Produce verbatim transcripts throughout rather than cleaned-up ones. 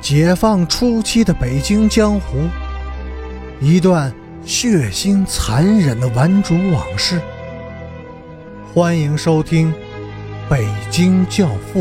解放初期的北京江湖，一段血腥残忍的顽主往事。欢迎收听《北京教父》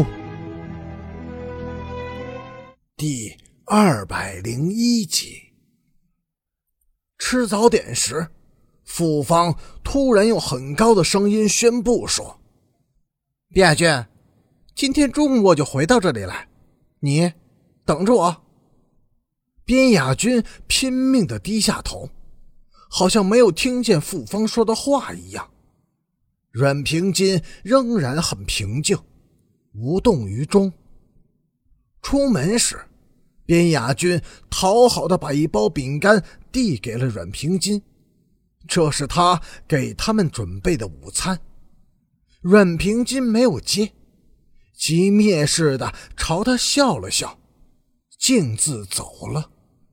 第二百零一集。吃早点时，傅芳突然用很高的声音宣布说：边亚军，今天中午我就回到这里来，你等着我。边亚军拼命地低下头，好像没有听见傅芳说的话一样。阮平金仍然很平静，无动于衷。出门时，边亚军讨好地把一包饼干递给了阮平金，这是他给他们准备的午餐。阮平金没有接，极蔑视地朝他笑了笑，径自走了。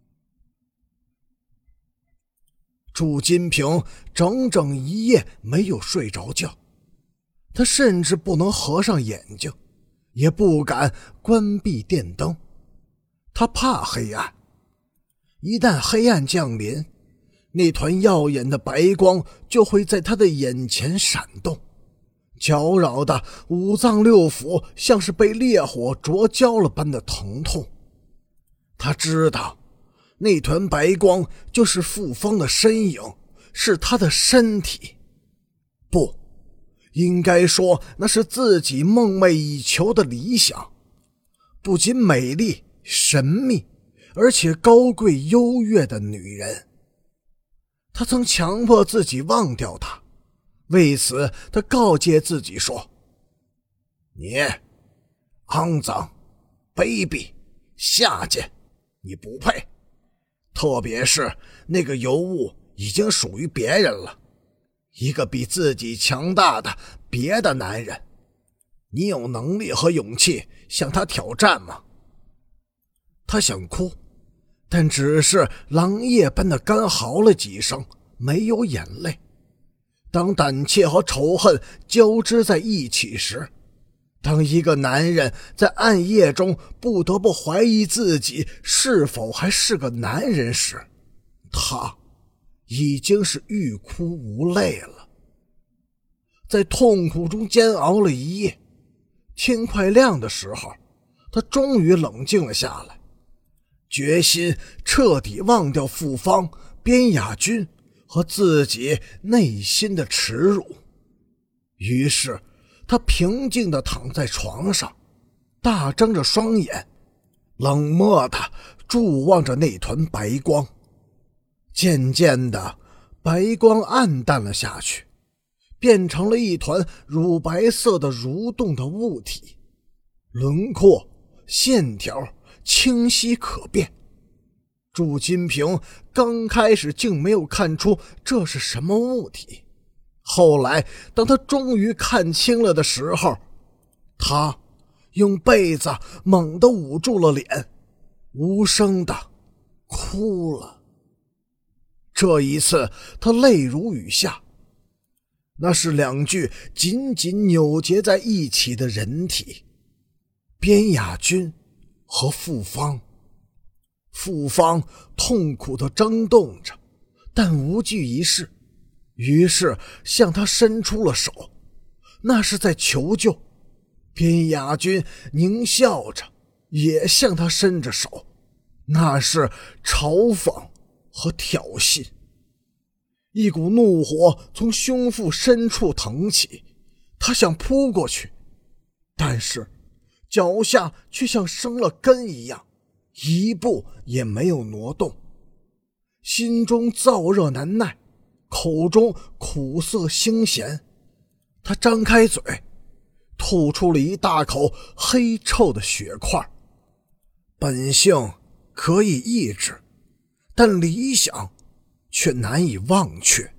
祝金平整整一夜没有睡着觉，他甚至不能合上眼睛，也不敢关闭电灯，他怕黑暗。一旦黑暗降临，那团耀眼的白光就会在他的眼前闪动，搅扰的五脏六腑像是被烈火灼焦了般的疼痛。他知道那团白光就是傅芳的身影，是他的身体，不，应该说那是自己梦寐以求的理想，不仅美丽神秘，而且高贵优越的女人。他曾强迫自己忘掉她，为此他告诫自己说：你肮脏卑鄙下贱，你不配，特别是那个尤物已经属于别人了，一个比自己强大的别的男人，你有能力和勇气向他挑战吗？他想哭，但只是狼液般的干嚎了几声，没有眼泪。当胆怯和仇恨交织在一起时，当一个男人在暗夜中不得不怀疑自己是否还是个男人时，他已经是欲哭无泪了。在痛苦中煎熬了一夜，天快亮的时候，他终于冷静了下来，决心彻底忘掉傅芳、边亚军和自己内心的耻辱。于是他平静地躺在床上，大睁着双眼，冷漠地注望着那团白光。渐渐的，白光暗淡了下去，变成了一团乳白色的蠕动的物体，轮廓线条清晰可辨。祝金平刚开始竟没有看出这是什么物体，后来当他终于看清了的时候，他用被子猛地捂住了脸，无声地哭了。这一次他泪如雨下，那是两具紧紧扭结在一起的人体，边亚军和傅芳。傅芳痛苦地挣动着，但无济于事，于是向他伸出了手，那是在求救。边亚军狞笑着，也向他伸着手，那是嘲讽和挑衅。一股怒火从胸腹深处腾起，他想扑过去，但是脚下却像生了根一样，一步也没有挪动。心中燥热难耐，口中苦涩腥咸，他张开嘴，吐出了一大口黑臭的血块。本性可以抑制，但理想却难以忘却。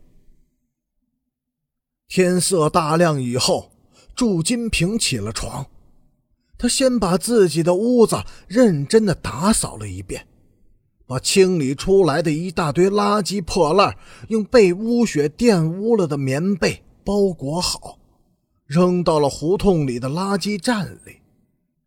天色大亮以后，祝金平起了床，他先把自己的屋子认真地打扫了一遍，把清理出来的一大堆垃圾破烂用被污血玷污了的棉被包裹好，扔到了胡同里的垃圾站里。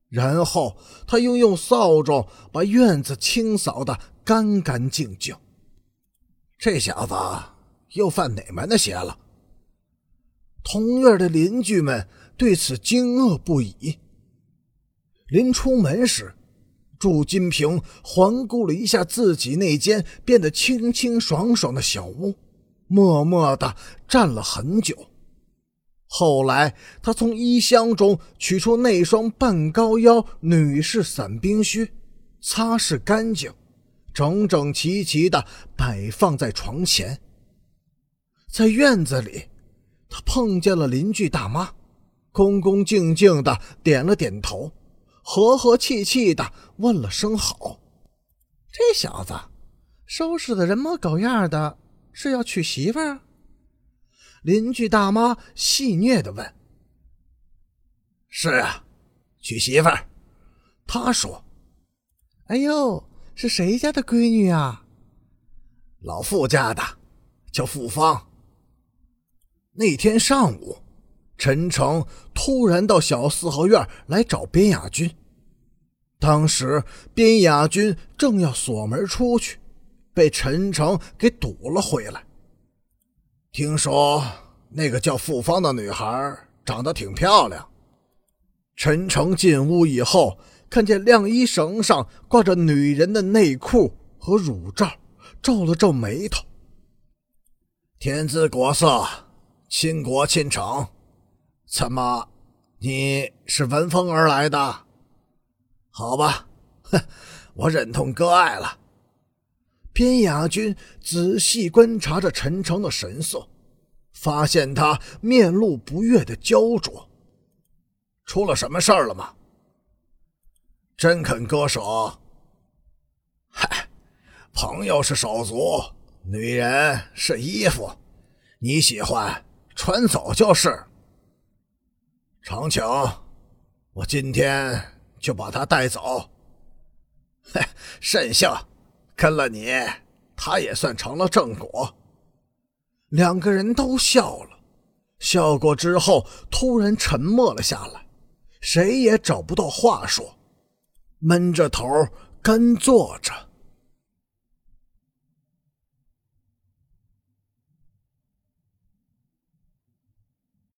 然后他又用扫帚把院子清扫得干干净净。这小子又犯哪门的邪了？同院的邻居们对此惊愕不已。临出门时，祝金平环顾了一下自己那间变得清清爽爽的小屋，默默地站了很久。后来他从衣箱中取出那双半高腰女士伞兵靴，擦拭干净，整整齐齐地摆放在床前。在院子里，他碰见了邻居大妈，恭恭敬敬地点了点头，和和气气地问了声好。这小子收拾的人模狗样的，是要娶媳妇儿？邻居大妈戏谑地问。是啊，娶媳妇儿。他说。哎呦，是谁家的闺女啊？老傅家的，叫傅芳。那天上午，陈诚突然到小四合院来找边雅君。当时边雅君正要锁门出去，被陈诚给堵了回来。听说那个叫傅芳的女孩长得挺漂亮。陈诚进屋以后，看见晾衣绳上挂着女人的内裤和乳罩，皱了皱眉头。天姿国色，倾国倾城，怎么你是闻风而来的？好吧，哼，我忍痛割爱了。边雅君仔细观察着陈诚的神色，发现他面露不悦的焦灼。出了什么事儿了吗？真肯割舍？嗨，朋友是手足，女人是衣服，你喜欢穿走就是。长请，我今天就把他带走。嘿，甚幸，跟了你，他也算成了正果。两个人都笑了，笑过之后突然沉默了下来，谁也找不到话说，闷着头干坐着。